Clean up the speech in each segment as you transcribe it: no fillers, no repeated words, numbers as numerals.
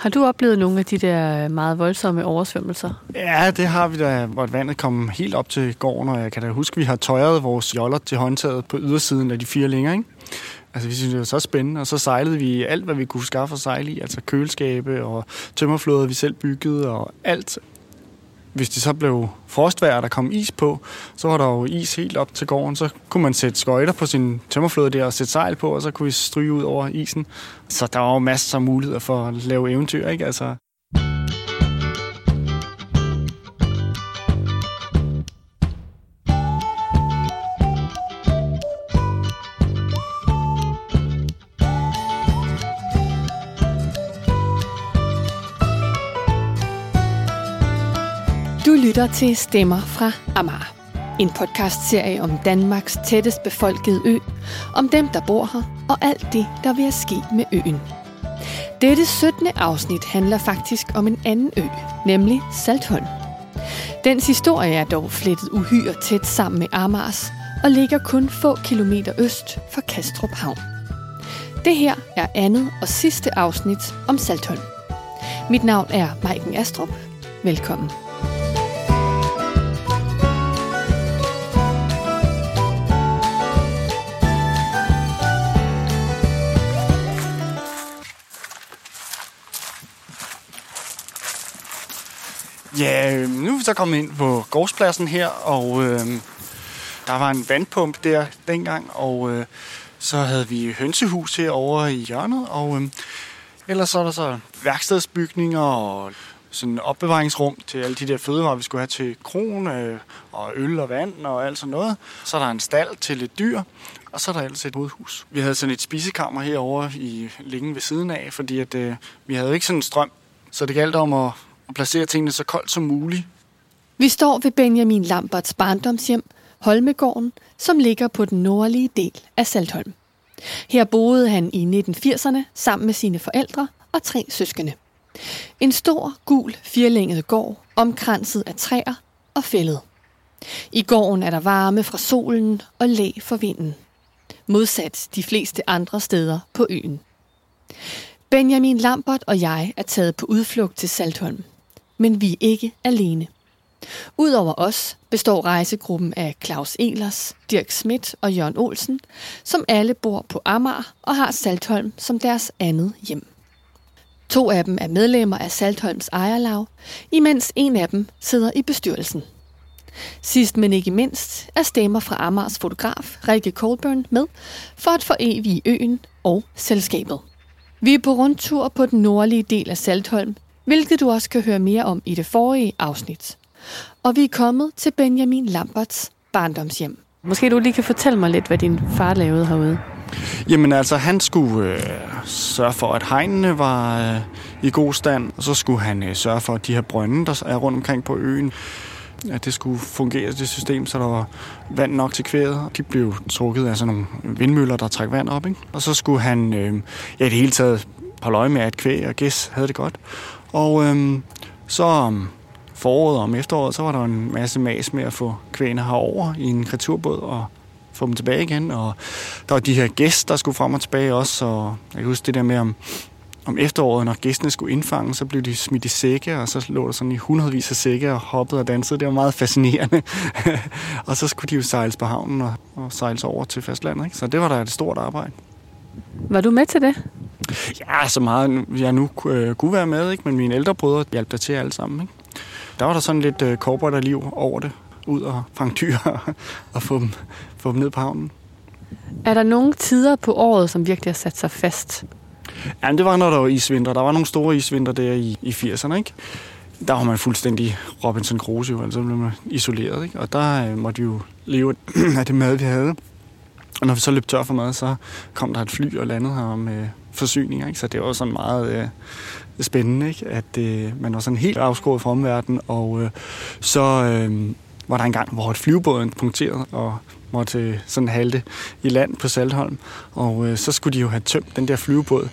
Har du oplevet nogle af de der meget voldsomme oversvømmelser? Ja, det har vi da, hvor vandet kom helt op til gården, og jeg kan da huske, at vi har tøjet vores joller til håndtaget på ydersiden af de 4 længer, ikke? Altså, vi synes, det var så spændende, og så sejlede vi alt, hvad vi kunne skaffe os sejle i, altså køleskabe og tømmerflåder, vi selv byggede og alt. Hvis det så blev frostvejr, der kom is på, så var der jo is helt op til gården. Så kunne man sætte skøjter på sin tømmerflåde der og sætte sejl på, og så kunne vi stryge ud over isen. Så der var jo masser af muligheder for at lave eventyr, ikke? Altså. Du lytter til Stemmer fra Amager. En podcastserie om Danmarks tættest befolkede ø, om dem, der bor her, og alt det, der vil ske med øen. Dette 17. afsnit handler faktisk om en anden ø, nemlig Saltholm. Dens historie er dog flettet uhyre tæt sammen med Amagers, og ligger kun få kilometer øst for Kastrup Havn. Det her er andet og sidste afsnit om Saltholm. Mit navn er Maiken Astrup. Velkommen. Ja, nu er vi så kommet ind på gårdspladsen her, og der var en vandpumpe der dengang, og så havde vi hønsehus herovre i hjørnet, og ellers så er der så værkstedsbygninger og sådan en opbevaringsrum til alle de der fødevarer, vi skulle have til kroen, og øl og vand og alt sådan noget. Så er der en stald til lidt dyr, og så er der ellers et hovedhus. Vi havde sådan et spisekammer herovre i længen ved siden af, fordi at, vi havde ikke sådan en strøm, så det galt om at placere tingene så koldt som muligt. Vi står ved Benjamin Lamberts barndomshjem, Holmegården, som ligger på den nordlige del af Saltholm. Her boede han i 1980'erne sammen med sine forældre og 3 søskende. En stor, gul, 4-længet gård, omkranset af træer og fældet. I gården er der varme fra solen og læ for vinden. Modsat de fleste andre steder på øen. Benjamin Lambert og jeg er taget på udflugt til Saltholm. Men vi er ikke alene. Udover os består rejsegruppen af Claus Ehlers, Dirk Schmidt og Jørgen Olsen, som alle bor på Amager og har Saltholm som deres andet hjem. 2 af dem er medlemmer af Saltholms ejerlav, imens en af dem sidder i bestyrelsen. Sidst men ikke mindst er Stemmer fra Amagers fotograf Rikke Colburn med for at forevige øen og selskabet. Vi er på rundtur på den nordlige del af Saltholm, hvilket du også kan høre mere om i det forrige afsnit. Og vi er kommet til Benjamin Lamberts barndomshjem. Måske du lige kan fortælle mig lidt, hvad din far lavede herude. Jamen altså, han skulle sørge for, at hegnene var i god stand, og så skulle han sørge for, at de her brønde, der er rundt omkring på øen, at det skulle fungere, det system, så der var vand nok til kvæget. De blev trukket af sådan nogle vindmøller, der trækker vand op, ikke? Og så skulle han i det hele taget holde øje med, at kvæg og gæs havde det godt. Og så om foråret og om efteråret, så var der en masse mas med at få kvægene herover i en returbåd og få dem tilbage igen. Og der var de her gæs, der skulle frem og tilbage også. Og jeg kan huske det der med om efteråret, når gæstene skulle indfange, så blev de smidt i sække, og så lå der sådan i hundredvis af sække og hoppede og dansede. Det var meget fascinerende. Og så skulle de jo sejles på havnen og sejles over til fastlandet, ikke? Så det var da et stort arbejde. Var du med til det? Ja, så meget jeg nu kunne være med, ikke? Men mine ældre brødre hjalp der til alle sammen, ikke? Der var der sådan lidt cowboyderliv over det, ud og fange dyr og få dem ned på havnen. Er der nogle tider på året, som virkelig har sat sig fast? Ja, det var, når der var isvinter. Der var nogle store isvinter der i 80'erne, ikke? Der var man fuldstændig Robinson Crusoe, altså blev man isoleret, ikke? Og der måtte vi jo leve af det mad, vi havde. Og når vi så løb tør for mad, så kom der et fly og landede her med forsyninger, ikke? Så det var sådan meget spændende, ikke? At man var sådan helt afskåret fra omverdenen, og så var der en gang, hvor et flyvebåden punkterede og måtte sådan halte i land på Saltholm, og så skulle de jo have tømt den der flyvebåd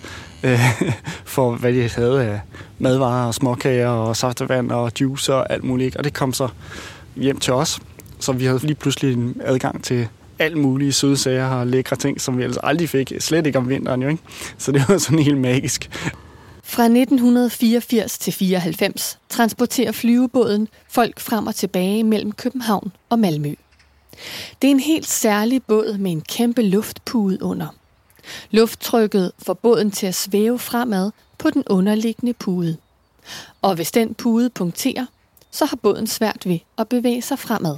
for hvad de havde af madvarer og småkager og saftevand og juice og alt muligt, og det kom så hjem til os, så vi havde lige pludselig en adgang til alt mulige søde sager og lækre ting, som vi ellers aldrig fik, slet ikke om vinteren jo, ikke? Så det var sådan helt magisk. Fra 1984 til 94 transporterer flyvebåden folk frem og tilbage mellem København og Malmø. Det er en helt særlig båd med en kæmpe luftpude under. Lufttrykket får båden til at svæve fremad på den underliggende pude. Og hvis den pude punkterer, så har båden svært ved at bevæge sig fremad.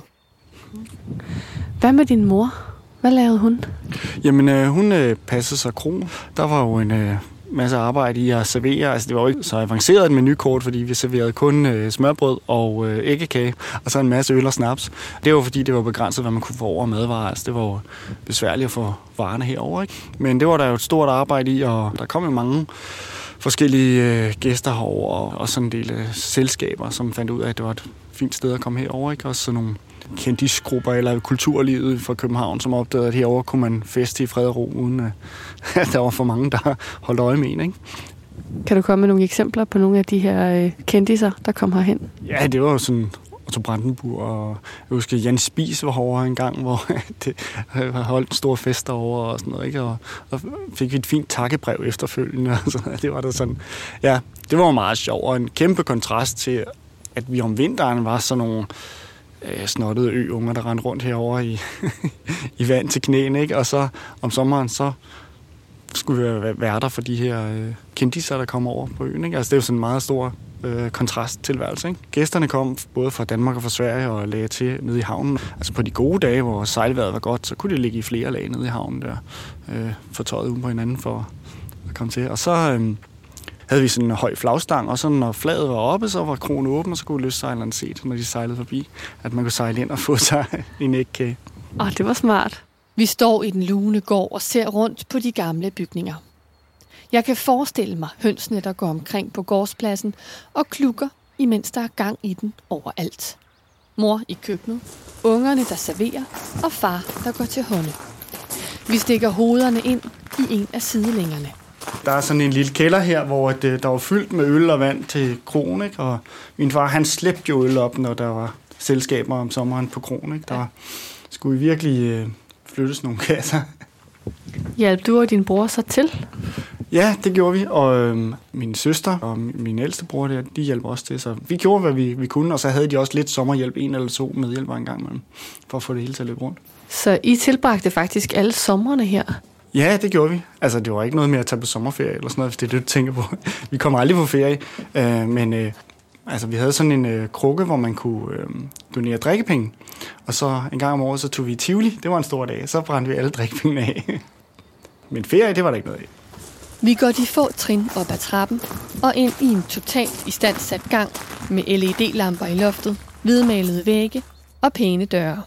Hvad med din mor? Hvad lavede hun? Jamen, hun passede sig kro. Der var jo en masse arbejde i at servere. Altså, det var jo ikke så avanceret et menukort, fordi vi serverede kun smørbrød og æggekage, og så en masse øl og snaps. Det var fordi, det var begrænset, hvad man kunne få over madvarer. Altså, det var jo besværligt at få varerne herover, ikke? Men det var der jo et stort arbejde i, og der kom jo mange forskellige gæster herover og sådan en del selskaber, som fandt ud af, at det var et fint sted at komme herover, ikke? Også sådan nogle kendisgrupper eller kulturlivet fra København, som opdagede, at herover kunne man feste i fred og ro, uden at der var for mange, der holdt øje med en, ikke? Kan du komme med nogle eksempler på nogle af de her kendiser, der kom herhen? Ja, det var jo sådan Otto Brandenburg, og jeg husker, Jan Spies var herovre en gang, hvor det holdt en stor fest derovre og sådan noget, ikke? Og fik vi et fint takkebrev efterfølgende. Det var da sådan, ja, det var meget sjovt, og en kæmpe kontrast til, at vi om vinteren var sådan nogle snottede øunger, der rendte rundt herovre i vand til knæene, ikke? Og så om sommeren, så skulle vi være der for de her kendiser, der kommer over på øen, ikke? Altså, det er jo sådan en meget stor kontrasttilværelse, ikke? Gæsterne kom både fra Danmark og fra Sverige og lagde til nede i havnen. Altså på de gode dage, hvor sejlvejret var godt, så kunne de ligge i flere lag nede i havnen der, fortøjet ude på hinanden for at komme til. Og så havde vi sådan en høj flagstang, og så når flaget var oppe, så var kronen åben, og så kunne lystsejlerne se, når de sejlede forbi, at man kunne sejle ind og få sig en ægkage. Det var smart. Vi står i den lune gård og ser rundt på de gamle bygninger. Jeg kan forestille mig hønsene, der går omkring på gårdspladsen og klukker, imens der er gang i den overalt. Mor i køkkenet, ungerne, der serverer, og far, der går til hånde. Vi stikker hovederne ind i en af sidelængerne. Der er sådan en lille kælder her, hvor der var fyldt med øl og vand til kronen, ikke? Og min far, han slæbte jo øl op, når der var selskaber om sommeren på kronen, ikke? Der skulle virkelig flyttes nogle kasser. Hjalp du og din bror så til? Ja, det gjorde vi, og min søster og min ældste bror der, de hjalp også til. Så vi gjorde, hvad vi kunne, og så havde de også lidt sommerhjælp, 1 eller 2 medhjælper en gang imellem, for at få det hele til at løbe rundt. Så I tilbragte faktisk alle somrene her? Ja, det gjorde vi. Altså, det var ikke noget med at tage på sommerferie eller sådan noget, hvis det er det, du tænker på. Vi kom aldrig på ferie, men vi havde sådan en krukke, hvor man kunne donere drikkepenge. Og så en gang om året, så tog vi i Tivoli. Det var en stor dag. Så brændte vi alle drikkepengene af. Men ferie, det var der ikke noget af. Vi går de få trin op ad trappen og ind i en totalt istandsat gang med LED-lamper i loftet, hvidmalede vægge og pæne døre.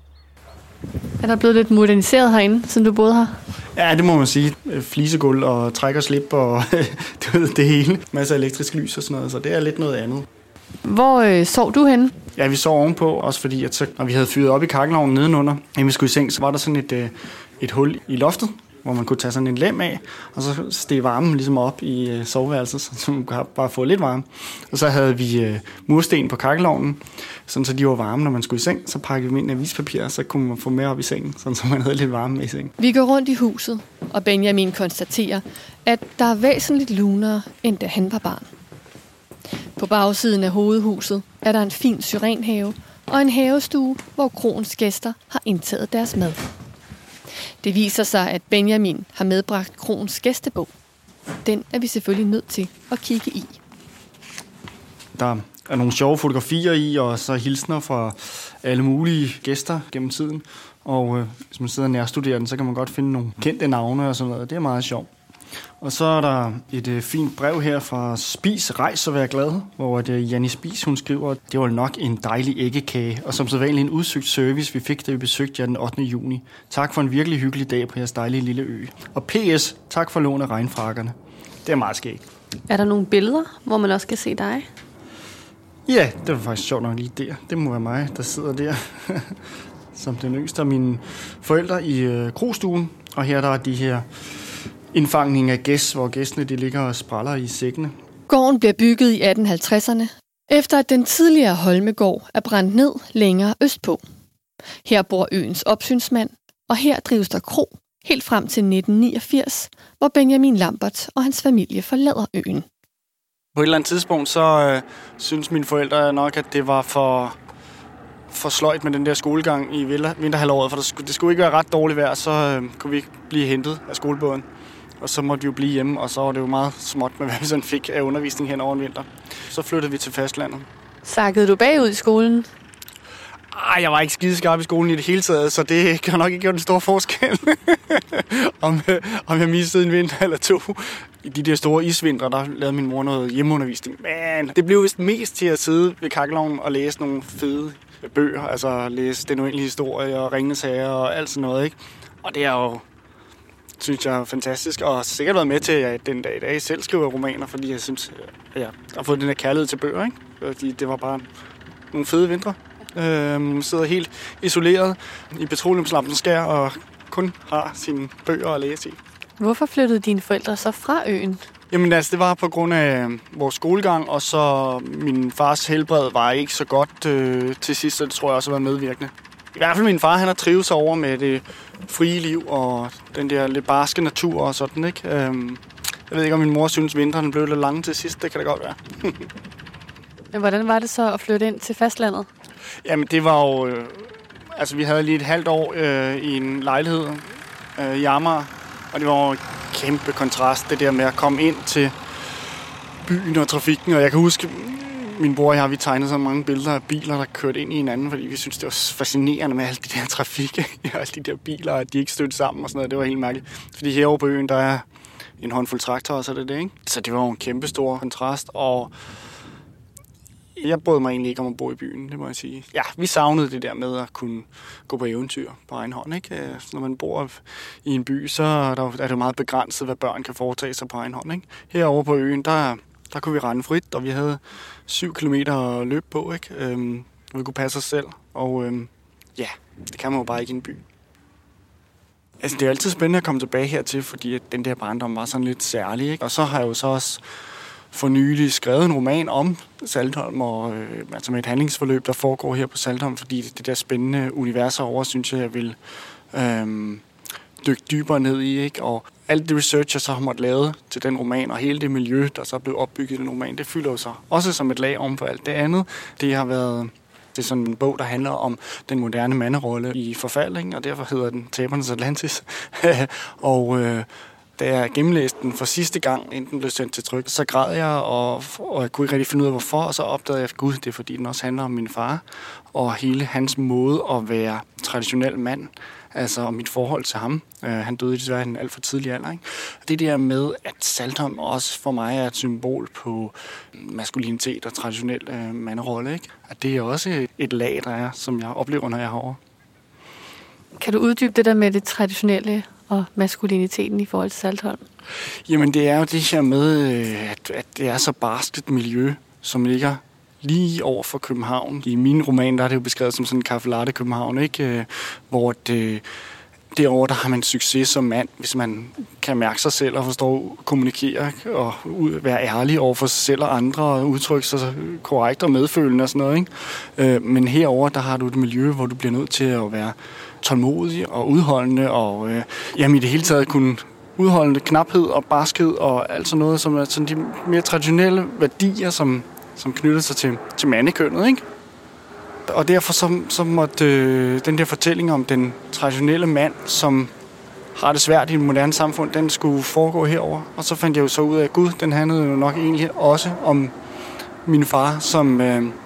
Er der blevet lidt moderniseret herinde, siden du boede her? Ja, det må man sige. Flisegulv og træk og slip og det hele. Masser af elektrisk lys og sådan noget, så det er lidt noget andet. Hvor sov du henne? Ja, vi sov ovenpå, også fordi at så, når vi havde fyret op i kakkelovnen nedenunder, inden vi skulle i seng, så var der sådan et hul i loftet, hvor man kunne tage sådan en lem af, og så steg varmen ligesom op i soveværelset, så man kunne bare få lidt varme. Og så havde vi mursten på kakkelovnen, sådan så de var varme, når man skulle i seng. Så pakkede vi ind i avispapir, og så kunne man få mere op i sengen, sådan så man havde lidt varme med i sengen. Vi går rundt i huset, og Benjamin konstaterer, at der er væsentligt lunere, end da han var barn. På bagsiden af hovedhuset er der en fin syrenhave og en havestue, hvor kroens gæster har indtaget deres mad. Det viser sig, at Benjamin har medbragt kroens gæstebog. Den er vi selvfølgelig nødt til at kigge i. Der er nogle sjove fotografier i, og så hilsner fra alle mulige gæster gennem tiden. Og hvis man sidder og nærstuderer den, så kan man godt finde nogle kendte navne og sådan noget. Det er meget sjovt. Og så er der et fint brev her fra Spis, Rejs og Vær Glad, hvor Janni Spis, hun skriver, at det var nok en dejlig æggekage, og som sædvanlig en udsøgt service, vi fik, da vi besøgte jer den 8. juni. Tak for en virkelig hyggelig dag på jeres dejlige lille ø. Og PS, tak for lån af regnfrakkerne. Det er meget skægt. Er der nogle billeder, hvor man også kan se dig? Ja, det var faktisk sjovt nok lige der. Det må være mig, der sidder der. Som den yngste af mine forældre i krostuen. Og her der er de her indfangning af gæs, hvor gæstene de ligger og spræller i sækkene. Gården bliver bygget i 1850'erne, efter at den tidligere Holmegård er brændt ned længere østpå. Her bor øens opsynsmand, og her drives der kro helt frem til 1989, hvor Benjamin Lambert og hans familie forlader øen. På et eller andet tidspunkt, så synes mine forældre nok, at det var for sløjt med den der skolegang i vinterhalvåret, for det skulle ikke være ret dårligt vejr, så kunne vi ikke blive hentet af skolebåden. Og så måtte vi jo blive hjemme, og så var det jo meget småt med, hvad vi sådan fik af undervisning hen over en vinter. Så flyttede vi til fastlandet. Sakkede du bagud i skolen? Jeg var ikke skideskarp i skolen i det hele taget, så det kan nok ikke gøre den store forskel. om jeg mistede en vinter eller to. I de der store isvintre, der lavede min mor noget hjemmeundervisning. Men det blev vist mest til at sidde ved kakkelovnen og læse nogle fede bøger. Altså læse Den Uendelige Historie og Ringenes Herre og alt sådan noget, ikke? Og det er jo, synes jeg, fantastisk. Og sikkert været med til, at jeg den dag i dag selv skriver romaner, fordi jeg synes, at jeg har fået den der kærlighed til bøger, ikke? Fordi det var bare nogle fede vintre. Sidder helt isoleret i petroleumslampens skær og kun har sine bøger at læse i. Hvorfor flyttede dine forældre så fra øen? Jamen altså, det var på grund af vores skolegang, og så min fars helbred var ikke så godt til sidst, så det tror jeg også har været medvirkende. I hvert fald min far, han har trivet sig over med det frie liv og den der lidt barske natur og sådan, ikke? Jeg ved ikke, om min mor synes, vinteren blev lidt lange til sidst, det kan det godt være. Men hvordan var det så at flytte ind til fastlandet? Jamen, det var jo... vi havde lige et halvt år i en lejlighed i Amager, og det var jo en kæmpe kontrast, det der med at komme ind til byen og trafikken. Og jeg kan huske, min bror og jeg, vi tegnede så mange billeder af biler, der kørte ind i hinanden, fordi vi synes det var fascinerende med alle de der trafik, alle de der biler, at de ikke stødte sammen og sådan noget. Det var helt mærkeligt. Fordi herovre på øen, der er en håndfuld traktorer, så det, ikke? Så det var jo en kæmpe stor kontrast, og jeg brød mig egentlig ikke om at bo i byen, det må jeg sige. Ja, vi savnede det der med at kunne gå på eventyr på egen hånd, ikke? Så når man bor i en by, så er det meget begrænset, hvad børn kan foretage sig på egen hånd, ikke? Herovre på øen, der kunne vi rende frit, og vi havde 7 kilometer at løbe på, ikke? Vi kunne passe os selv, og ja, det kan man jo bare ikke i en by. Altså, det er altid spændende at komme tilbage hertil, fordi at den der barndom var sådan lidt særlig, ikke? Og så har jeg jo så også for nylig skrevet en roman om Saltholm, og altså med et handlingsforløb, der foregår her på Saltholm, fordi det der spændende univers herovre, synes jeg vil dykke dybere ned i, ikke? Og alt det research, jeg så har måttet lave til den roman, og hele det miljø, der så er blevet opbygget i den roman, det fylder jo så også som et lag om for alt det andet. Det er sådan en bog, der handler om den moderne manderolle i forfald, ikke? Og derfor hedder den Tabernes Atlantis. Og da jeg gennemlæste den for sidste gang, inden den blev sendt til tryk, så græd jeg, og jeg kunne ikke rigtig finde ud af, hvorfor. Og så opdagede jeg, at gud, det er fordi, den også handler om min far, og hele hans måde at være traditionel mand, altså om mit forhold til ham. Han døde desværre i en alt for tidlig alder, ikke? Det der med, at Saltholm også for mig er et symbol på maskulinitet og traditionel manderolle, ikke? At det er også et lag, der er, som jeg oplever, når jeg er herovre. Kan du uddybe det der med det traditionelle og maskuliniteten i forhold til Saltholm? Jamen, det er jo det her med, at det er så barskt et miljø, som ligger lige over for København. I min roman, der er det jo beskrevet som sådan en café latte København, ikke? Hvor derovre, der har man succes som mand, hvis man kan mærke sig selv og forstå at kommunikere og være ærlig over for sig selv og andre og udtrykke sig korrekt og medfølende og sådan noget, ikke? Men herover der har du et miljø, hvor du bliver nødt til at være tålmodig og udholdende og i det hele taget kunne udholdende knaphed og barskhed og alt sådan noget, som er sådan de mere traditionelle værdier, som knytter sig til mandekønnet, ikke? Og derfor så måtte den der fortælling om den traditionelle mand, som har det svært i et moderne samfund, den skulle foregå herover. Og så fandt jeg jo så ud af, at gud, den handlede jo nok egentlig også om min far, som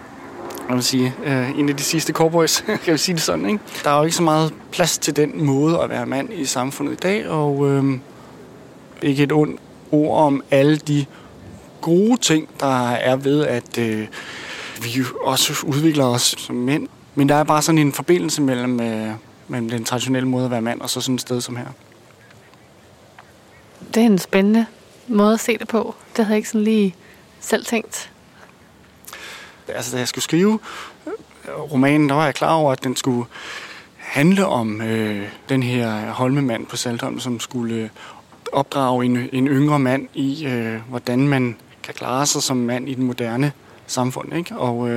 en af de sidste cowboys, kan jeg sige det sådan, ikke? Der er jo ikke så meget plads til den måde at være mand i samfundet i dag, og ikke et ondt ord om alle de gode ting, der er ved, at vi også udvikler os som mænd. Men der er bare sådan en forbindelse mellem den traditionelle måde at være mand og så sådan et sted som her. Det er en spændende måde at se det på. Det havde jeg ikke sådan lige selv tænkt. Altså, da jeg skulle skrive romanen, der var jeg klar over, at den skulle handle om den her Holmemand på Saltholm, som skulle opdrage en yngre mand i, hvordan man kan klare sig som mand i den moderne samfund, ikke?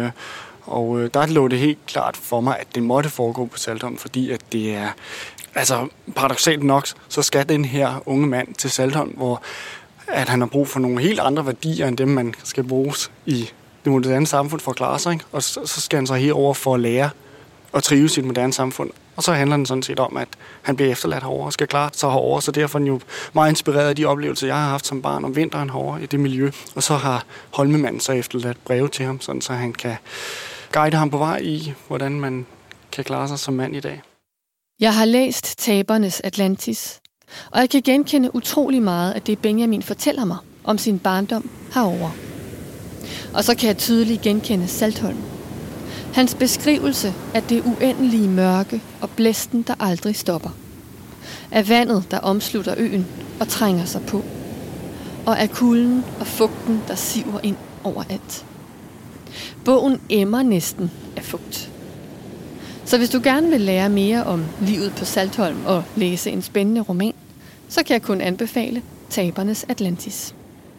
Og der lå det helt klart for mig, at det måtte foregå på Saltholm, fordi at det er, altså paradoksalt nok, så skal den her unge mand til Saltholm, hvor at han har brug for nogle helt andre værdier, end dem, man skal bruges i det moderne samfund for at klare sig. Ikke? Og så skal han så herover for at lære at trives i et moderne samfund. Og så handler den sådan set om, at han bliver efterladt herovre og skal klare sig herovre. Så derfor er han jo meget inspireret af de oplevelser, jeg har haft som barn om vinteren herovre i det miljø. Og så har Holmemanden så efterladt breve til ham, sådan så han kan guide ham på vej i, hvordan man kan klare sig som mand i dag. Jeg har læst Tabernes Atlantis, og jeg kan genkende utrolig meget af det, Benjamin fortæller mig om sin barndom herovre. Og så kan jeg tydeligt genkende Saltholm. Hans beskrivelse af det uendelige mørke og blæsten, der aldrig stopper. Af vandet, der omslutter øen og trænger sig på. Og af kulden og fugten, der siver ind overalt. Bogen emmer næsten af fugt. Så hvis du gerne vil lære mere om livet på Saltholm og læse en spændende roman, så kan jeg kun anbefale Tabernes Atlantis.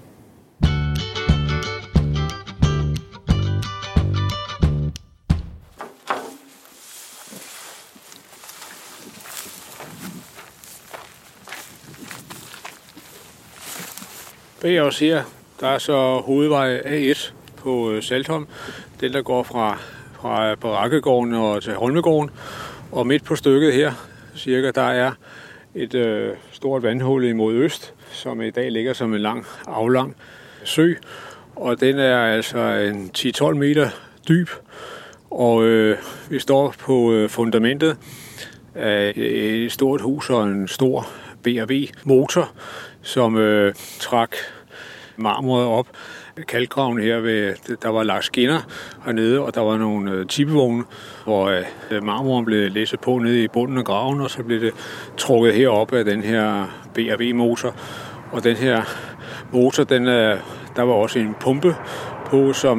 Bag os her, der er så hovedvej A1 på Saltholm. Den, der går fra Barakkegården og til Holmegården. Og midt på stykket her, cirka, der er et stort vandhul imod øst, som i dag ligger som en lang, aflang sø. Og den er altså en 10-12 meter dyb. Og vi står på fundamentet af et stort hus og en stor B&W-motor, som trak marmoret op. Kalkgraven her, der var lagt skinner hernede, og der var nogle tippevogne, hvor marmoren blev læsset på nede i bunden af graven, og så blev det trukket herop af den her B&W-motor. Og den her motor, der var også en pumpe på, som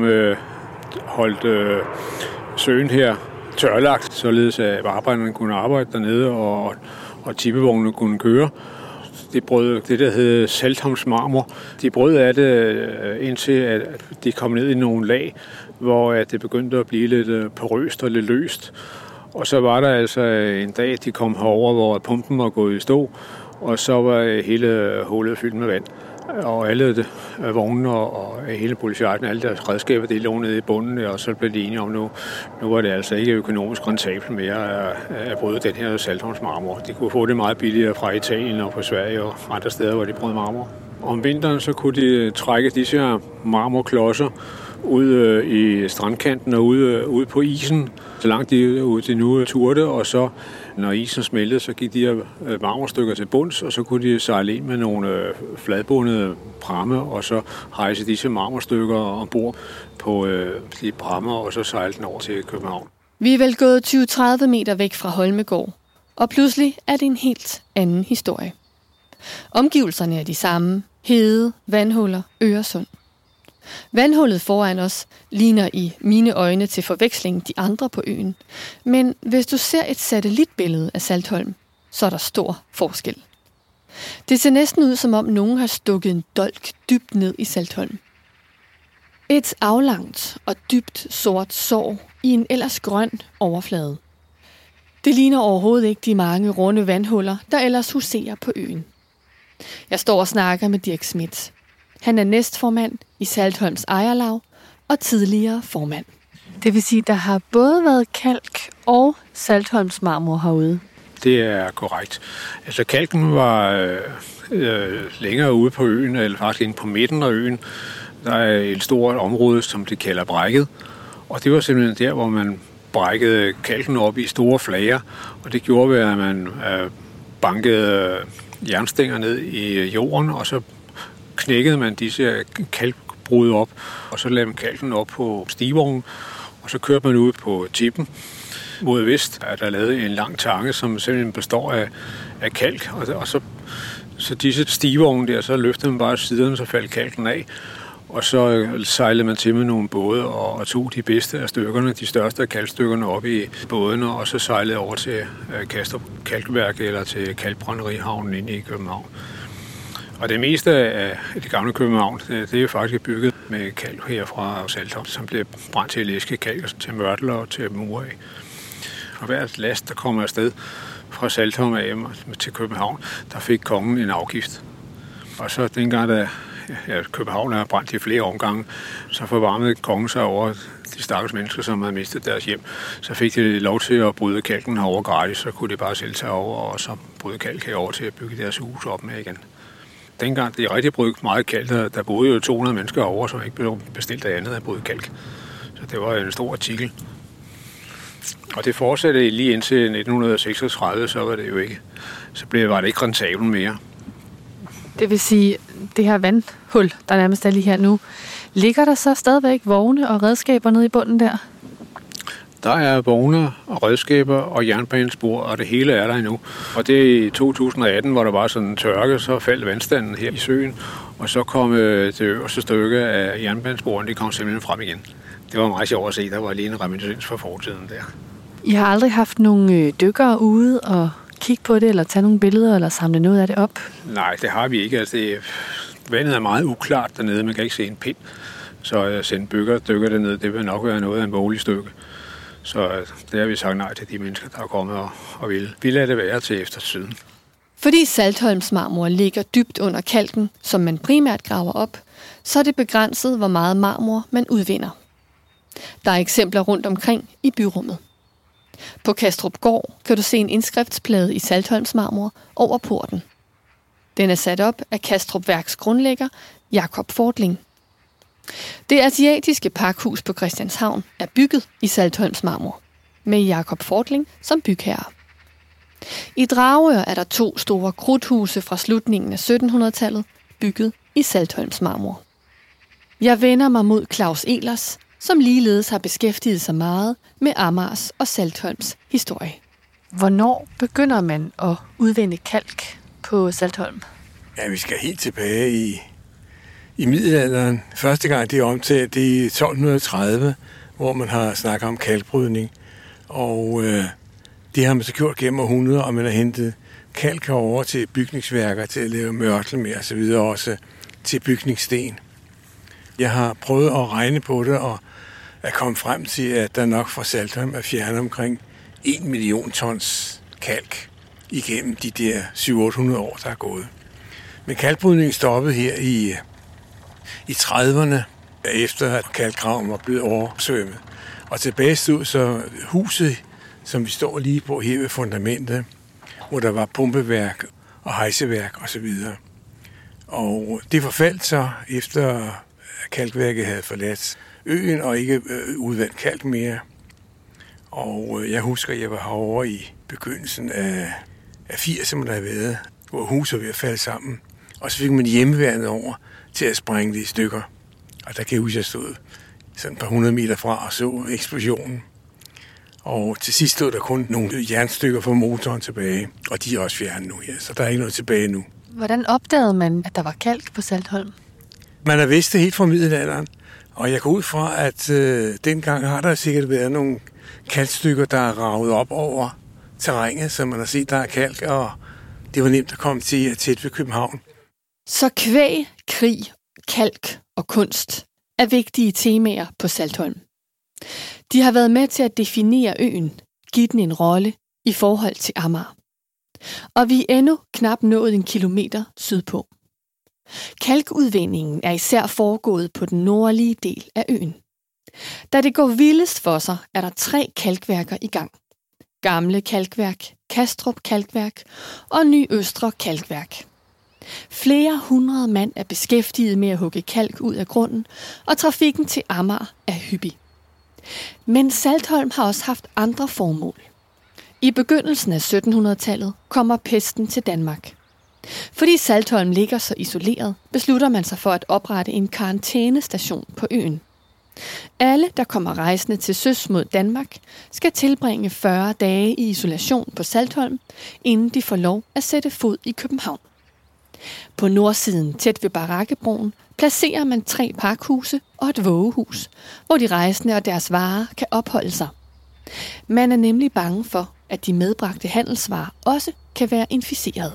holdt søen her tørlagt, således at arbejderne kunne arbejde dernede, og tippevognene kunne køre. De brød det, der hed Saltholms marmor. De brød af det, indtil at de kom ned i nogle lag, hvor det begyndte at blive lidt porøst og lidt løst. Og så var der altså en dag, de kom herover, hvor pumpen var gået i stå, og så var hele hullet fyldt med vand. Og alle vognene og hele politiarten, alle deres redskaber, de lå nede i bunden, og så blev de enige om, nu var det altså ikke økonomisk rentabelt mere at bryde den her Saltholms marmor. De kunne få det meget billigere fra Italien og fra Sverige og andre steder, hvor de brød marmor. Om vinteren så kunne de trække disse her marmorklodser ud i strandkanten og ude på isen, så langt de nu turde, og så når isen smeltede, så gik de her marmorstykker til bunds, og så kunne de sejle ind med nogle fladbundede pramme, og så hejse disse marmorstykker ombord på de prammer, og så sejle den over til København. Vi er vel gået 20-30 meter væk fra Holmegård, og pludselig er det en helt anden historie. Omgivelserne er de samme: hede, vandhuller, Øresund. Vandhullet foran os ligner i mine øjne til forveksling de andre på øen. Men hvis du ser et satellitbillede af Saltholm, så er der stor forskel. Det ser næsten ud, som om nogen har stukket en dolk dybt ned i Saltholm. Et aflangt og dybt sort sår i en ellers grøn overflade. Det ligner overhovedet ikke de mange runde vandhuller, der ellers huserer på øen. Jeg står og snakker med Dirk Schmidt. Han er næstformand i Saltholms ejerlav og tidligere formand. Det vil sige, at der har både været kalk og Saltholms marmor herude. Det er korrekt. Altså kalken var længere ude på øen, eller faktisk inde på midten af øen. Der er et stort område, som de kalder brækket. Og det var simpelthen der, hvor man brækkede kalken op i store flager. Og det gjorde ved, at man bankede jernstænger ned i jorden, og så knækkede man disse kalkbrud op, og så lagde man kalken op på stigvognen, og så kørte man ud på tippen mod vest, at der lavede en lang tange, som simpelthen består af kalk, og så disse stigevogne der, så løftede man bare siderne, så faldt kalken af, og så sejlede man til med nogle både og tog de bedste af stykkerne, de største af kalkstykkerne op i bådene, og så sejlede over til Kastrup Kalkværk eller til Kalkbrænderihavnen inde i København. Og det meste af det gamle København, det er jo faktisk bygget med kalk her fra Saltholm, som bliver brændt til læskekalk, til mørtel og til mure af. Og hver last, der kommer afsted fra Saltholm af til København, der fik kongen en afgift. Og så dengang, da København er brændt i flere omgange. Så forvarmede kongen sig over de stakkels mennesker, som havde mistet deres hjem. Så fik de lov til at bryde kalken herover gratis, så kunne de bare selv tage over og så bryde kalk herover til at bygge deres hus op med igen. Dengang de rigtig brugte meget kalk, der boede jo 200 mennesker over, som ikke blev bestilt af andet at bryde kalk. Så det var en stor artikel. Og det fortsatte lige indtil 1936, så var det jo ikke. Var det ikke rentabelt mere. Det vil sige, det her vandhul, der nærmest er lige her nu, ligger der så stadigvæk vogne og redskaber nede i bunden der? Der er vogne og redskaber og jernbanespor, og det hele er der endnu. Og det i 2018, hvor der var sådan en tørke, så faldt vandstanden her i søen, og så kom det øverste stykke af jernbanesporene, det kom simpelthen frem igen. Det var meget sjovt at se, der var lige en reminiscens fra fortiden der. I har aldrig haft nogle dykkere ude og kigge på det, eller tage nogle billeder, eller samle noget af det op? Nej, det har vi ikke. Altså, vandet er meget uklart dernede, man kan ikke se en pind. Så at sende dykker dernede, det vil nok være noget af en vågelig stykke. Så det har vi sagt nej til de mennesker, der er kommet og vil. Vi lader det være til eftertiden. Fordi Saltholmsmarmor ligger dybt under kalken, som man primært graver op, så er det begrænset, hvor meget marmor man udvinder. Der er eksempler rundt omkring i byrummet. På Kastrup Gård kan du se en indskriftsplade i Saltholmsmarmor over porten. Den er sat op af Kastrup Værks grundlægger Jakob Fortling. Det asiatiske pakhus på Christianshavn er bygget i Saltholmsmarmor, med Jakob Fortling som bygherre. I Dragør er der 2 store krudthuse fra slutningen af 1700-tallet, bygget i Saltholmsmarmor. Jeg vender mig mod Claus Ehlers, som ligeledes har beskæftiget sig meget med Amagers og Saltholms historie. Hvornår begynder man at udvinde kalk på Saltholm? Ja, vi skal helt tilbage i middelalderen. Første gang det er omtalt, det er i 1230, hvor man har snakket om kalkbrydning. Og det har man så gjort gennem århundreder, og man har hentet kalk over til bygningsværker, til at lave mørtel med og så videre, også til bygningssten. Jeg har prøvet at regne på det, og er kommet frem til, at der nok fra Saltholm er fjernet omkring 1 million tons kalk igennem de der 700-800 år, der er gået. Men kalkbrydningen stoppede her i 30'erne, efter at kalkgraven var blevet oversvømmet. Og tilbage stod så huset, som vi står lige på her ved fundamentet, hvor der var pumpeværk og hejseværk osv. Og det forfaldt så, efter at kalkværket havde forladt øen og ikke udvandt kalk mere. Og jeg husker, at jeg var herovre i begyndelsen af 80'erne, der havde været, hvor huset var ved at falde sammen. Og så fik man hjemmeværnet over til at sprænge det i stykker. Og der kan jeg huske, at jeg stod sådan et par 100 meter fra og så eksplosionen. Og til sidst stod der kun nogle jernstykker fra motoren tilbage, og de er også fjernet nu her, så der er ikke noget tilbage nu. Hvordan opdagede man, at der var kalk på Saltholm? Man har vidst det helt fra middelalderen, og jeg går ud fra, at dengang har der sikkert været nogle kalkstykker, der er raget op over terrænet, så man har set, der er kalk, og det var nemt at komme til tæt ved København. Så kvæg, krig, kalk og kunst er vigtige temaer på Saltholm. De har været med til at definere øen, give den en rolle i forhold til Amager. Og vi er endnu knap nået 1 kilometer sydpå. Kalkudvindingen er især foregået på den nordlige del af øen. Da det går vildest for sig, er der 3 kalkværker i gang. Gamle Kalkværk, Kastrup Kalkværk og Ny Østre Kalkværk. Flere 100 mand er beskæftiget med at hugge kalk ud af grunden, og trafikken til Amager er hyppig. Men Saltholm har også haft andre formål. I begyndelsen af 1700-tallet kommer pesten til Danmark. Fordi Saltholm ligger så isoleret, beslutter man sig for at oprette en karantænestation på øen. Alle, der kommer rejsende til søs mod Danmark, skal tilbringe 40 dage i isolation på Saltholm, inden de får lov at sætte fod i København. På nordsiden, tæt ved Barakkebroen, placerer man 3 pakhuse og et vågehus, hvor de rejsende og deres varer kan opholde sig. Man er nemlig bange for, at de medbragte handelsvarer også kan være inficerede.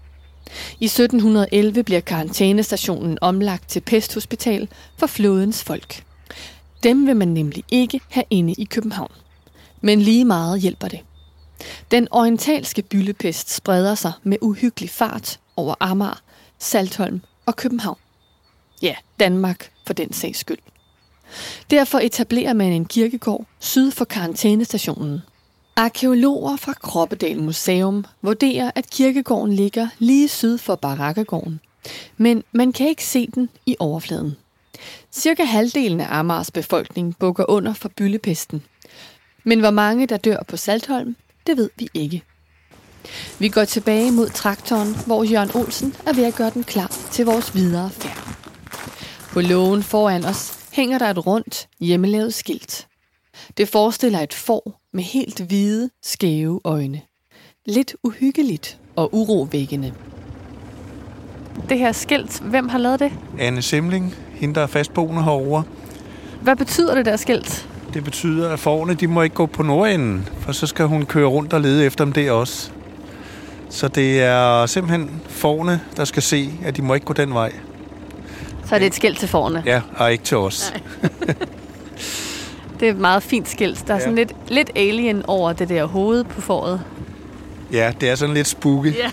I 1711 bliver karantænestationen omlagt til pesthospital for flådens folk. Dem vil man nemlig ikke have inde i København. Men lige meget hjælper det. Den orientalske byllepest spreder sig med uhyggelig fart over Amager, Saltholm og København. Ja, Danmark for den sags skyld. Derfor etablerer man en kirkegård syd for karantænestationen. Arkæologer fra Kroppedal Museum vurderer, at kirkegården ligger lige syd for Barakkegården. Men man kan ikke se den i overfladen. Cirka halvdelen af Amagers befolkning bukker under for byllepesten. Men hvor mange der dør på Saltholm, det ved vi ikke. Vi går tilbage mod traktoren, hvor Jørgen Olsen er ved at gøre den klar til vores videre færd. På lågen foran os hænger der et rundt, hjemmelavet skilt. Det forestiller et får med helt hvide, skæve øjne. Lidt uhyggeligt og urovækkende. Det her skilt, hvem har lavet det? Anne Simling, hende der er fastboende herovre. Hvad betyder det der skilt? Det betyder, at fårene de må ikke gå på nordenden, for så skal hun køre rundt og lede efter dem der også. Så det er simpelthen fårene, der skal se, at de må ikke gå den vej. Så er det et skilt til fårene? Ja, og ikke til os. Det er et meget fint skilt. Der er sådan lidt alien over det der hoved på fåret. Ja, det er sådan lidt spooky. Ja.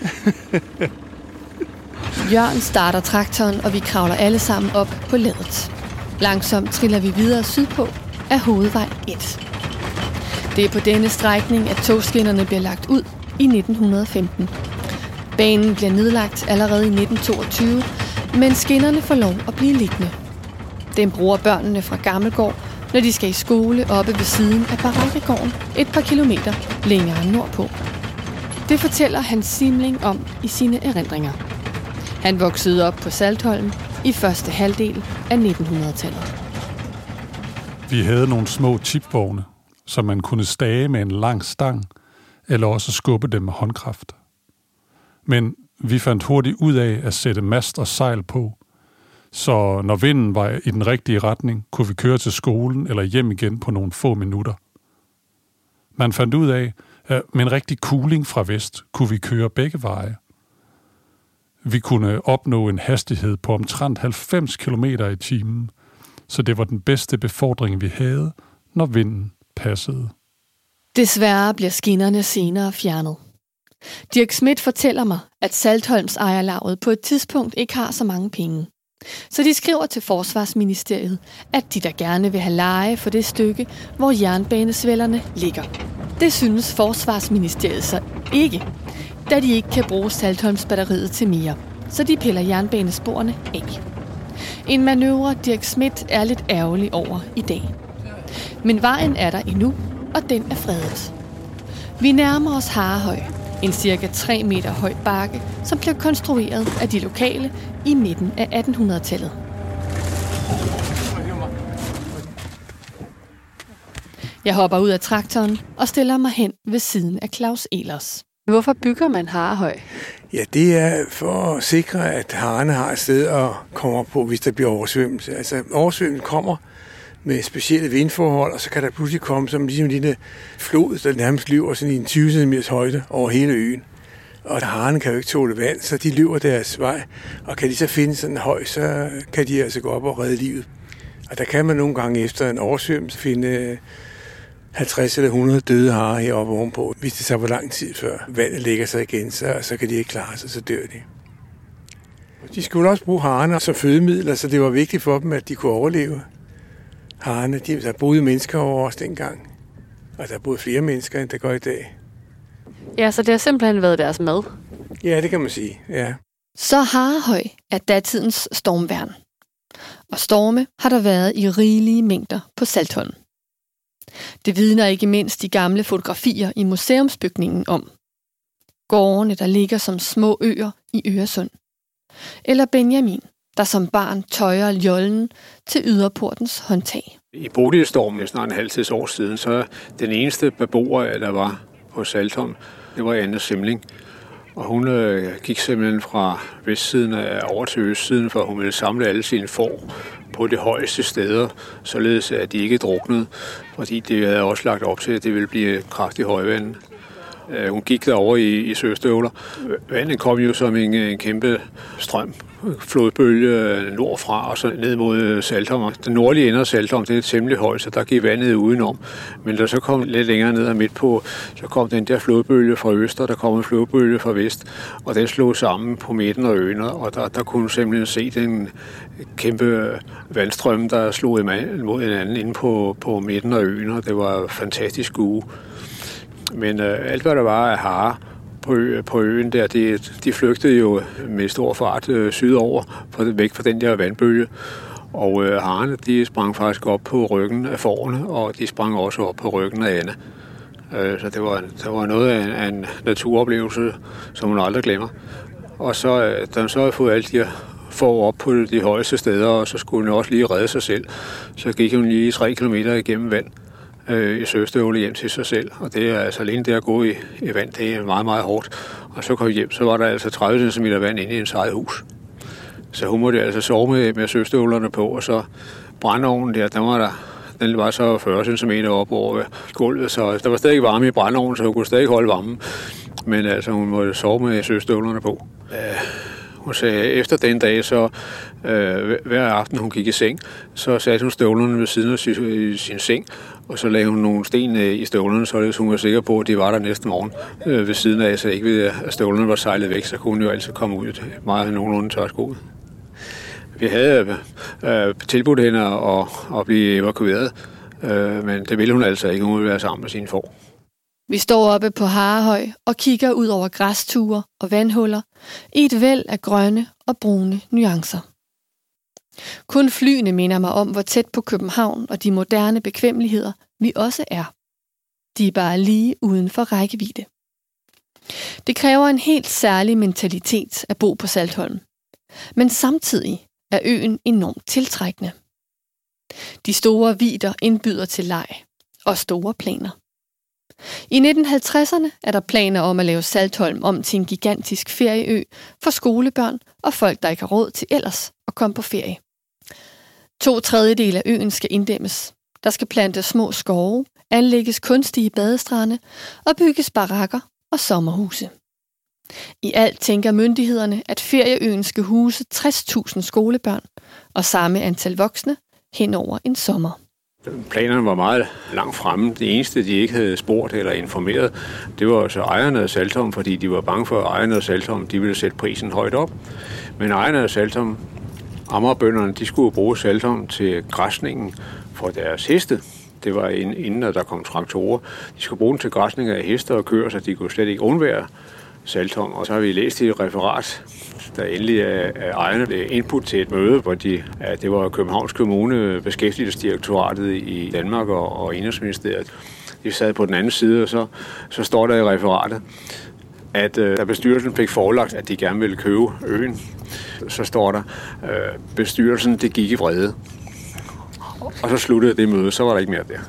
Jørgen starter traktoren, og vi kravler alle sammen op på ladet. Langsomt triller vi videre sydpå af hovedvej 1. Det er på denne strækning, at togskinnerne bliver lagt ud i 1915. Banen bliver nedlagt allerede i 1922, men skinnerne får lov at blive liggende. Den bruger børnene fra Gammelgård, når de skal i skole oppe ved siden af Barakkegården et par kilometer længere nordpå. Det fortæller Hans Simling om i sine erindringer. Han voksede op på Saltholm i første halvdel af 1900-tallet. Vi havde nogle små tipvogne, som man kunne stage med en lang stang, eller også skubbe dem med håndkraft. Men vi fandt hurtigt ud af at sætte mast og sejl på, så når vinden var i den rigtige retning, kunne vi køre til skolen eller hjem igen på nogle få minutter. Man fandt ud af, at med en rigtig kuling fra vest kunne vi køre begge veje. Vi kunne opnå en hastighed på omtrent 90 km i timen, så det var den bedste befordring, vi havde, når vinden passede. Desværre bliver skinnerne senere fjernet. Dirk Schmidt fortæller mig, at Saltholms ejerlaget på et tidspunkt ikke har så mange penge. Så de skriver til Forsvarsministeriet, at de der gerne vil have leje for det stykke, hvor jernbanesvællerne ligger. Det synes Forsvarsministeriet så ikke, da de ikke kan bruge Saltholmsbatteriet til mere, så de piller jernbanesporene af. En manøvre, Dirk Schmidt er lidt ærgerlig over i dag. Men vejen er der endnu, og den er fredet. Vi nærmer os Harehøj, en cirka 3 meter høj bakke, som blev konstrueret af de lokale i midten af 1800-tallet. Jeg hopper ud af traktoren og stiller mig hen ved siden af Claus Ehlers. Hvorfor bygger man Harehøj? Ja, det er for at sikre, at harerne har et sted at komme op på, hvis der bliver oversvømmelse. Altså, oversvømmelsen kommer med specielle vindforhold, og så kan der pludselig komme som ligesom en lille flod, der nærmest løber sådan i en 20 cm højde over hele øen. Og harerne kan jo ikke tåle vand, så de løber deres vej, og kan de så finde sådan en høj, så kan de altså gå op og redde livet. Og der kan man nogle gange efter en oversvømmelse finde 50 eller 100 døde harer heroppe ovenpå. Hvis det så var lang tid før vandet lægger sig igen, så kan de ikke klare sig, så dør de. De skulle også bruge harerne som fødemidler, så det var vigtigt for dem, at de kunne overleve. Harerne, der boede mennesker over os dengang, og der boede flere mennesker, end der går i dag. Ja, så det har simpelthen været deres mad? Ja, det kan man sige, ja. Så Harehøj er datidens stormværn. Og storme har der været i rigelige mængder på Saltholm. Det vidner ikke mindst de gamle fotografier i museumsbygningen om. Gårdene, der ligger som små øer i Øresund. Eller Benjamin, der som barn tøjer jollen til yderportens håndtag. I Bodilstormen, snart en halv tids år siden, så den eneste beboer, der var på Saltholm, det var Anne Simling. Og hun gik simpelthen fra vestsiden over til østsiden, for hun ville samle alle sine får på de højeste steder, således at de ikke druknede, fordi det havde også lagt op til, at det ville blive kraftig højvand. Hun gik derover i søstøvler. Vandet kom jo som en kæmpe strøm, flodbølge nordfra og så ned mod Saltholm. Den nordlige ende af Saltholm, det er temmelig højt, så der gik vandet udenom. Men da så kom lidt længere ned og midt på, så kom den der flodbølge fra øst, og der kom en flodbølge fra vest, og den slog sammen på midten af øen, og der kunne du simpelthen se den kæmpe vandstrøm, der slog mod hinanden inde på midten af øen, og det var fantastisk skue. Men alt hvad der var af harer på øen der, de flygtede jo med stor fart sydover, væk fra den der vandbølge. Og harerne, de sprang faktisk op på ryggen af fårene, og de sprang også op på ryggen af Anne. Så det var noget af en naturoplevelse, som hun aldrig glemmer. Og så, da hun så havde fået alt de her får op på de højeste steder, og så skulle hun også lige redde sig selv, så gik hun lige 3 kilometer igennem vand i søstøvle hjem til sig selv. Og det er altså alene det at gå i vand, det er meget, meget hårdt. Og så kom hjem, så var der altså 30 cm vand inde i ens eget hus. Så hun måtte altså sove med søstøvlerne på, og så brændeovnen der, den var så 40 cm op over gulvet, så der var stadig varme i brændeovnen, så hun kunne stadig holde varmen. Men altså, hun måtte sove med søstøvlerne på. Hun sagde, efter den dag, så hver aften hun gik i seng, så satte hun støvlerne ved siden af sin seng, og så lagde hun nogle sten i støvlerne, så hun var sikker på, at de var der næste morgen ved siden af, så ikke ved, at støvlerne var sejlet væk, så kunne hun jo altid komme ud meget nogenlunde tørskoet. Vi havde tilbudt hende at blive evakueret, men det ville hun altså ikke. Hun ville være sammen med sine får. Vi står oppe på Harehøj og kigger ud over græsture og vandhuller i et væld af grønne og brune nuancer. Kun flyene minder mig om, hvor tæt på København og de moderne bekvemmeligheder vi også er. De er bare lige uden for rækkevidde. Det kræver en helt særlig mentalitet at bo på Saltholm. Men samtidig er øen enormt tiltrækkende. De store vidder indbyder til leg og store planer. I 1950'erne er der planer om at lave Saltholm om til en gigantisk ferieø for skolebørn og folk, der ikke har råd til ellers at komme på ferie. 2/3 af øen skal inddæmmes. Der skal plantes små skove, anlægges kunstige badestrande og bygges barakker og sommerhuse. I alt tænker myndighederne, at ferieøen skal huse 60.000 skolebørn og samme antal voksne hen over en sommer. Planerne var meget langt fremme. Det eneste, de ikke havde spurgt eller informeret, det var så ejerne af Saltholm, fordi de var bange for, at ejerne af Saltholm, de ville sætte prisen højt op. Men ejerne af Saltholm, Amagerbønderne, de skulle bruge Saltholm til græsningen for deres heste. Det var inden der kom traktorer. De skulle bruge den til græsning af heste og køer, så de kunne slet ikke undvære Saltholm. Og så har vi læst i et referat, der endelig er ejerne input til et møde, hvor det var Københavns Kommune, Beskæftigelsesdirektoratet i Danmark og Indenrigsministeriet. De sad på den anden side, og så står der i referatet, at da bestyrelsen fik forelagt, at de gerne ville købe øen, så står der, bestyrelsen det gik i vrede. Og så sluttede det møde, så var der ikke mere der.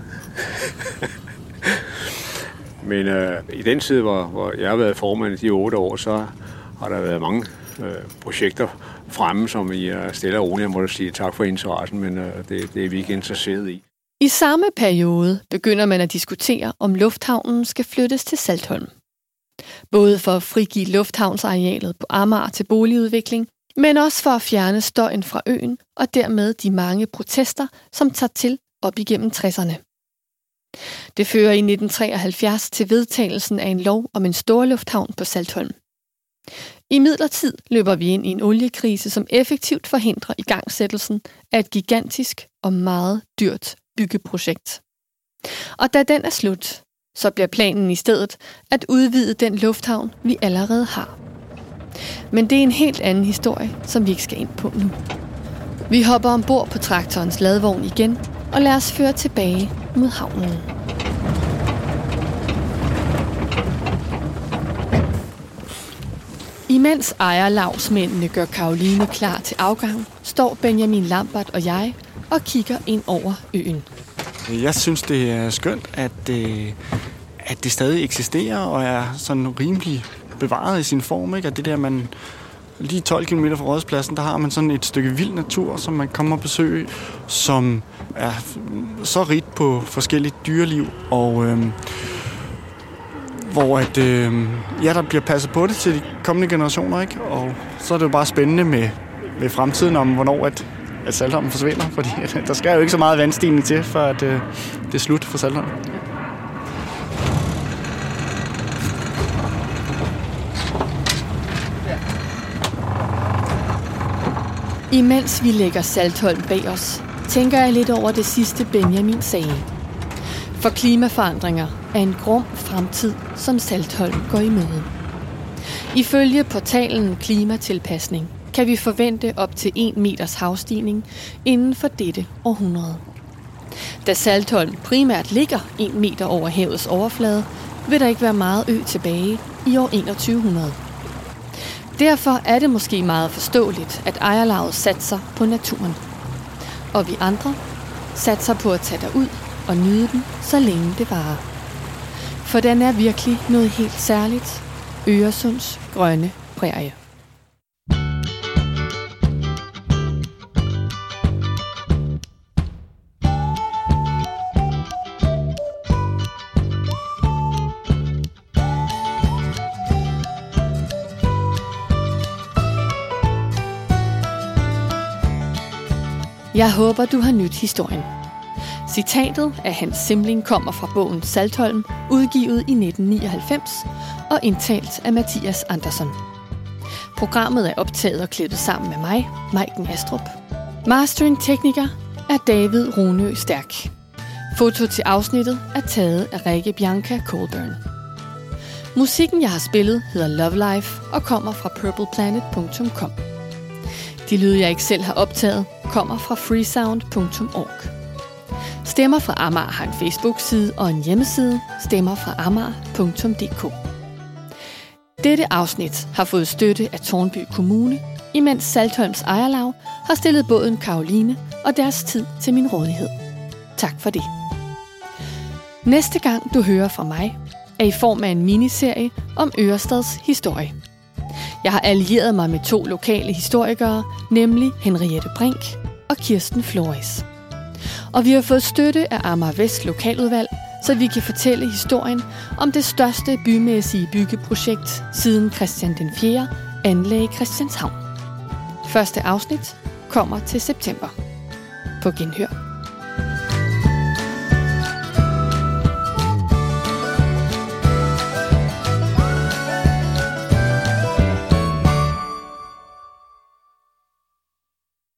Men i den tid, hvor jeg har været formand i de 8 år, så har der været mange projekter fremme, som I er stille og roligt. Jeg må sige tak for interessen, men det er vi ikke interesseret i. I samme periode begynder man at diskutere, om lufthavnen skal flyttes til Saltholm. Både for at frigive lufthavnsarealet på Amager til boligudvikling, men også for at fjerne støjen fra øen og dermed de mange protester, som tager til op igennem 60'erne. Det fører i 1973 til vedtagelsen af en lov om en storlufthavn på Saltholm. Imidlertid løber vi ind i en oliekrise, som effektivt forhindrer igangsættelsen af et gigantisk og meget dyrt byggeprojekt. Og da den er slut, så bliver planen i stedet at udvide den lufthavn, vi allerede har. Men det er en helt anden historie, som vi ikke skal ind på nu. Vi hopper ombord på traktorens ladvogn igen, og lader os føre tilbage mod havnen. Imens ejerlavsmændene gør Karoline klar til afgang, står Benjamin Lambert og jeg og kigger ind over øen. Jeg synes, det er skønt, at det stadig eksisterer og er sådan rimelig bevaret i sin form. Ikke? At det der, man lige 12 km fra Rådhuspladsen, der har man sådan et stykke vild natur, som man kommer og besøge, som er så rigt på forskellige dyreliv, og hvor der bliver passet på det til de kommende generationer, ikke? Og så er det jo bare spændende med fremtiden om, hvornår at Saltholm forsvinder, fordi der skal jo ikke så meget vandstigning til, for at det er slut for Saltholm. Imens vi lægger Saltholm bag os, tænker jeg lidt over det sidste Benjamin sagde. For klimaforandringer er en grum fremtid, som Saltholm går i møde. Ifølge portalen Klimatilpasning kan vi forvente op til 1 meters havstigning inden for dette århundrede. Da Saltholm primært ligger 1 meter over havets overflade, vil der ikke være meget ø tilbage i år 2100. Derfor er det måske meget forståeligt, at ejerlaget satser på naturen. Og vi andre satser på at tage derud og nyde den, så længe det varer. For den er virkelig noget helt særligt. Øresunds grønne prærie. Jeg håber, du har nydt historien. Citatet af Hans Simling kommer fra bogen Saltholm, udgivet i 1999 og indtalt af Mathias Andersson. Programmet er optaget og klippet sammen med mig, Maiken Astrup. Mastering tekniker er David Runø Stærk. Foto til afsnittet er taget af Rikke Bianca Colburn. Musikken, jeg har spillet, hedder Love Life og kommer fra purpleplanet.com. De lyde, jeg ikke selv har optaget, kommer fra freesound.org. Stemmer fra Amager har en Facebook-side og en hjemmeside, stemmerfraamager.dk. Dette afsnit har fået støtte af Tårnby Kommune, imens Saltholms ejerlag har stillet båden Karoline og deres tid til min rådighed. Tak for det. Næste gang du hører fra mig, er i form af en miniserie om Ørestads historie. Jeg har allieret mig med 2 lokale historikere, nemlig Henriette Brink og Kirsten Flores. Og vi har fået støtte af Amager Vest Lokaludvalg, så vi kan fortælle historien om det største bymæssige byggeprojekt siden Christian den 4. anlagde Christianshavn. Første afsnit kommer til september. På genhør.